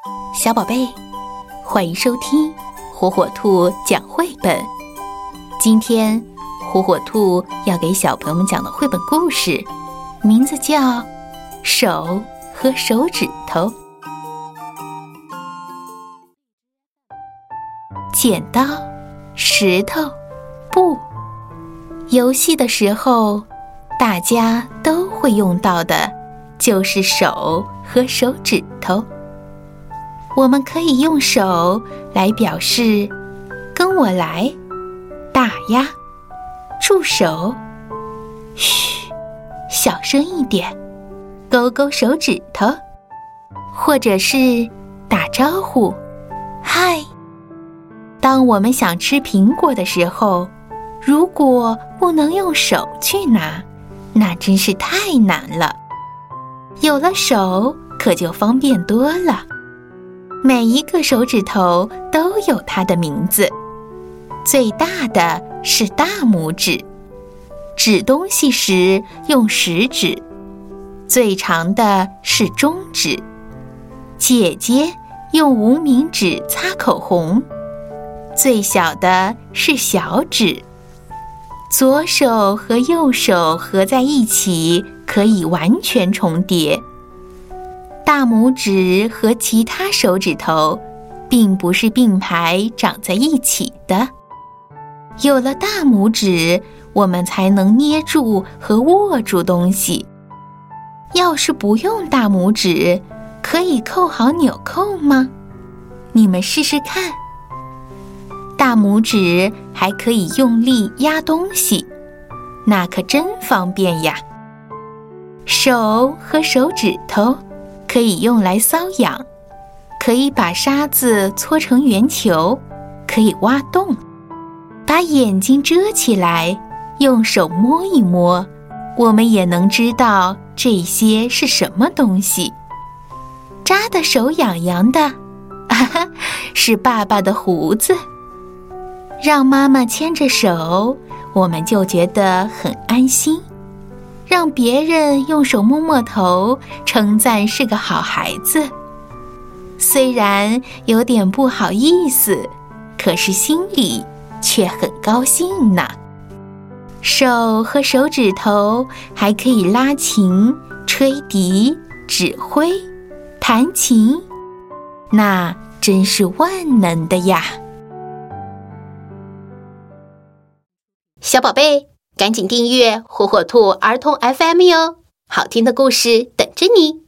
小宝贝，欢迎收听火火兔讲绘本。今天火火兔要给小朋友们讲的绘本故事，名字叫《手和手指头》。剪刀、石头、布，游戏的时候大家都会用到的就是手和手指头。我们可以用手来表示跟我来、打呀、住手、嘘、小声一点、勾勾手指头，或者是打招呼、嗨。当我们想吃苹果的时候，如果不能用手去拿，那真是太难了。有了手，可就方便多了。每一个手指头都有它的名字，最大的是大拇指，指东西时用食指；最长的是中指，姐姐用无名指擦口红；最小的是小指。左手和右手合在一起，可以完全重叠。大拇指和其他手指头并不是并排长在一起的。有了大拇指，我们才能捏住和握住东西。要是不用大拇指，可以扣好纽扣吗？你们试试看。大拇指还可以用力压东西，那可真方便呀。手和手指头可以用来搔痒，可以把沙子搓成圆球，可以挖洞，把眼睛遮起来，用手摸一摸，我们也能知道这些是什么东西。扎得手痒痒的，是爸爸的胡子。让妈妈牵着手，我们就觉得很安心。让别人用手摸摸头，称赞是个好孩子。虽然有点不好意思，可是心里却很高兴呢。手和手指头还可以拉琴、吹笛、指挥、弹琴，那真是万能的呀。小宝贝，赶紧订阅火火兔儿童 FM 哟，好听的故事等着你。